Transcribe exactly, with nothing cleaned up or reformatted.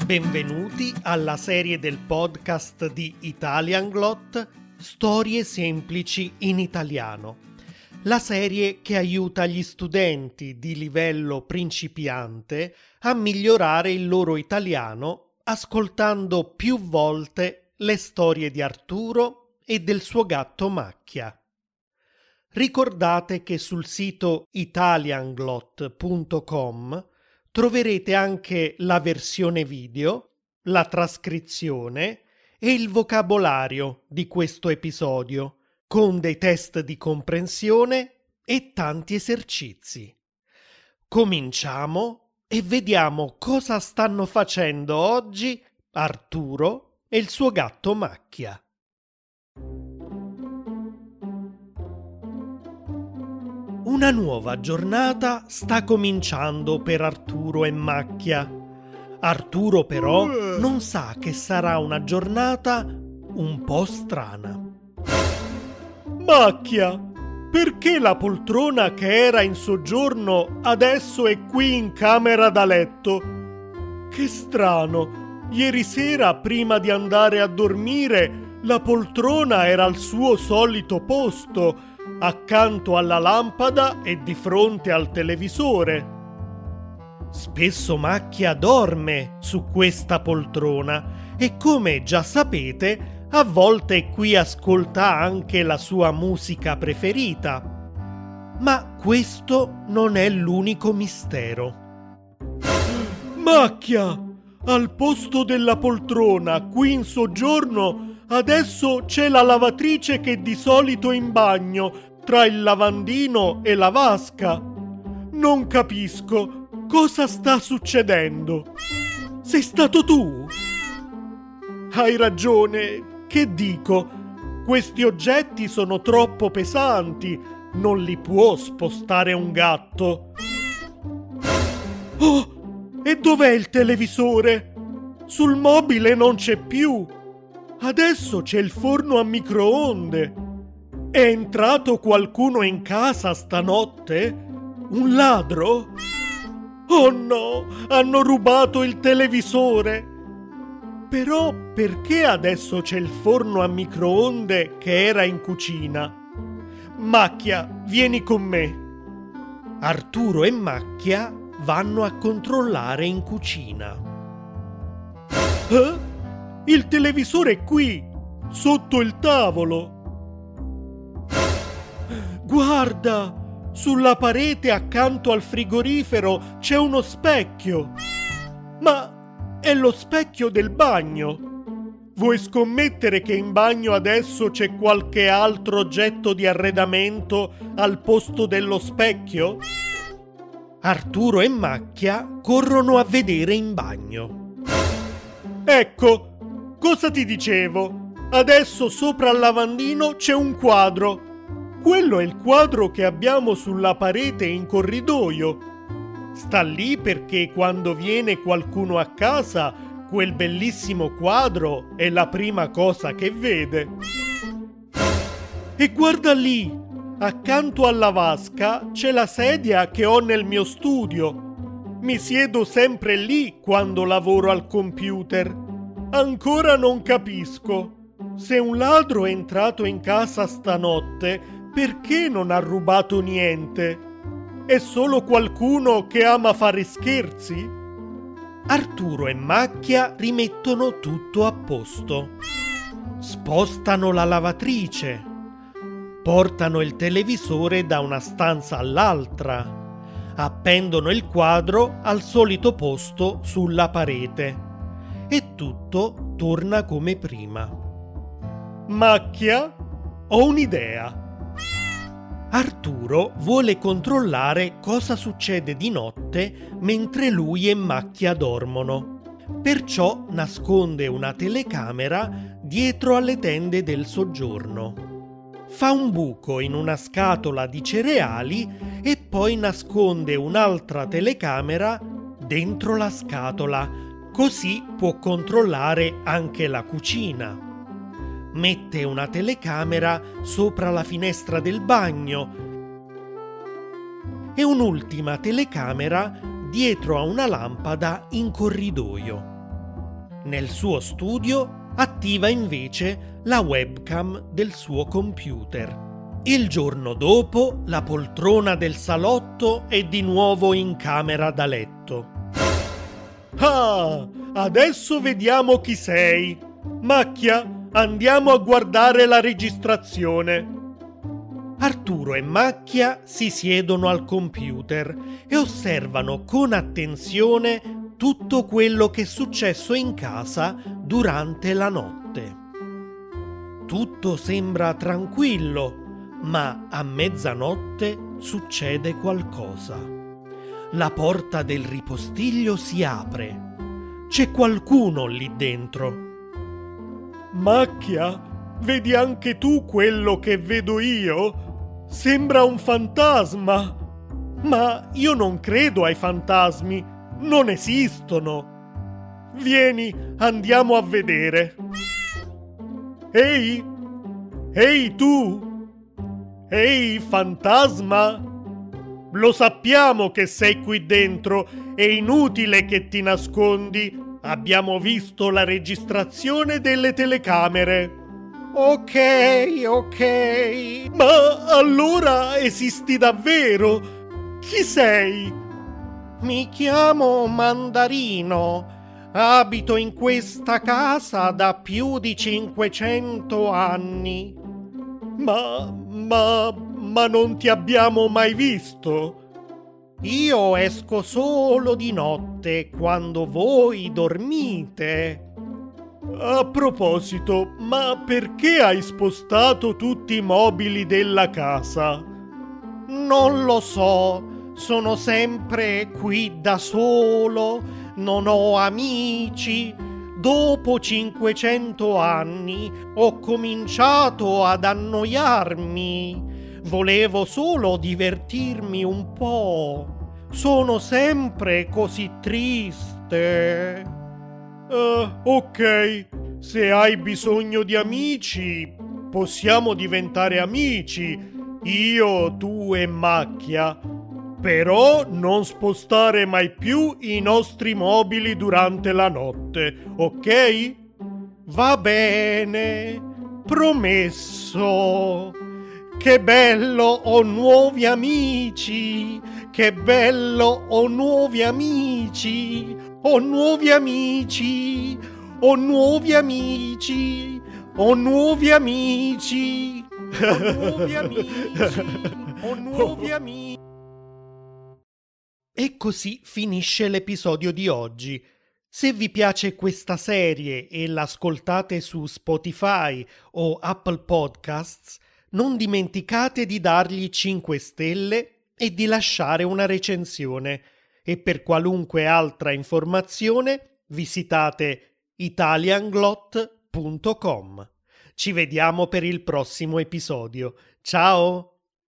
Benvenuti alla serie del podcast di Italianglot Storie semplici in italiano, la serie che aiuta gli studenti di livello principiante a migliorare il loro italiano ascoltando più volte le storie di Arturo e del suo gatto Macchia. Ricordate che sul sito italianglot punto com troverete anche la versione video, la trascrizione e il vocabolario di questo episodio, con dei test di comprensione e tanti esercizi. Cominciamo e vediamo cosa stanno facendo oggi Arturo e il suo gatto Macchia. Una nuova giornata sta cominciando per Arturo e Macchia. Arturo però non sa che sarà una giornata un po' strana. Macchia, perché la poltrona che era in soggiorno adesso è qui in camera da letto? Che strano, ieri sera prima di andare a dormire la poltrona era al suo solito posto, accanto alla lampada e di fronte al televisore. Spesso Macchia dorme su questa poltrona e, come già sapete, a volte qui ascolta anche la sua musica preferita. Ma questo non è l'unico mistero. Macchia, al posto della poltrona qui in soggiorno adesso c'è la lavatrice che di solito è in bagno tra il lavandino e la vasca. Non capisco cosa sta succedendo. Sei stato tu? Hai ragione, che dico? Questi oggetti sono troppo pesanti, non li può spostare un gatto. Oh, e dov'è il televisore? Sul mobile non c'è più. Adesso c'è il forno a microonde. È entrato qualcuno in casa stanotte? Un ladro? Oh no, hanno rubato il televisore! Però perché adesso c'è il forno a microonde che era in cucina? Macchia, vieni con me. Arturo e Macchia vanno a controllare in cucina. Eh? Il televisore è qui, sotto il tavolo. Guarda, sulla parete accanto al frigorifero c'è uno specchio. Ma è lo specchio del bagno. Vuoi scommettere che in bagno adesso c'è qualche altro oggetto di arredamento al posto dello specchio? Arturo e Macchia corrono a vedere in bagno. Ecco, cosa ti dicevo? Adesso sopra il lavandino c'è un quadro. Quello è il quadro che abbiamo sulla parete in corridoio. Sta lì perché quando viene qualcuno a casa, quel bellissimo quadro è la prima cosa che vede. E guarda lì, accanto alla vasca c'è la sedia che ho nel mio studio. Mi siedo sempre lì quando lavoro al computer. Ancora non capisco. Se un ladro è entrato in casa stanotte, perché non ha rubato niente? È solo qualcuno che ama fare scherzi? Arturo e Macchia rimettono tutto a posto. Spostano la lavatrice. Portano il televisore da una stanza all'altra. Appendono il quadro al solito posto sulla parete. E tutto torna come prima. Macchia, ho un'idea. Arturo vuole controllare cosa succede di notte mentre lui e Macchia dormono. Perciò nasconde una telecamera dietro alle tende del soggiorno. Fa un buco in una scatola di cereali e poi nasconde un'altra telecamera dentro la scatola, così può controllare anche la cucina. Mette una telecamera sopra la finestra del bagno e un'ultima telecamera dietro a una lampada in corridoio. Nel suo studio attiva invece la webcam del suo computer. Il giorno dopo la poltrona del salotto è di nuovo in camera da letto. Ah, adesso vediamo chi sei. Macchia, andiamo a guardare la registrazione. Arturo e Macchia si siedono al computer e osservano con attenzione tutto quello che è successo in casa durante la notte. Tutto sembra tranquillo, ma a mezzanotte succede qualcosa. La porta del ripostiglio si apre. C'è qualcuno lì dentro. Macchia, vedi anche tu quello che vedo io? Sembra un fantasma. Ma io non credo ai fantasmi. Non esistono. Vieni, andiamo a vedere. Ehi! Ehi tu! Ehi, fantasma! Lo sappiamo che sei qui dentro, è inutile che ti nascondi. Abbiamo visto la registrazione delle telecamere. Ok, ok. Ma allora esisti davvero? Chi sei? Mi chiamo Mandarino. Abito in questa casa da più di cinquecento anni. Ma, ma, ma non ti abbiamo mai visto? Io esco solo di notte, quando voi dormite. A proposito, ma perché hai spostato tutti i mobili della casa? Non lo so, sono sempre qui da solo, non ho amici. Dopo cinquecento anni ho cominciato ad annoiarmi. Volevo solo divertirmi un po'. Sono sempre così triste. Uh, ok, se hai bisogno di amici, possiamo diventare amici. Io, tu e Macchia. Però non spostare mai più i nostri mobili durante la notte, ok? Va bene, promesso. Che bello, ho nuovi amici. Che bello, ho nuovi amici. Ho nuovi amici. Ho nuovi amici. Ho nuovi amici. Ho nuovi amici. Ho nuovi amici. E così finisce l'episodio di oggi. Se vi piace questa serie e l'ascoltate su Spotify o Apple Podcasts, non dimenticate di dargli cinque stelle e di lasciare una recensione. E per qualunque altra informazione visitate italianglot punto com. Ci vediamo per il prossimo episodio. Ciao!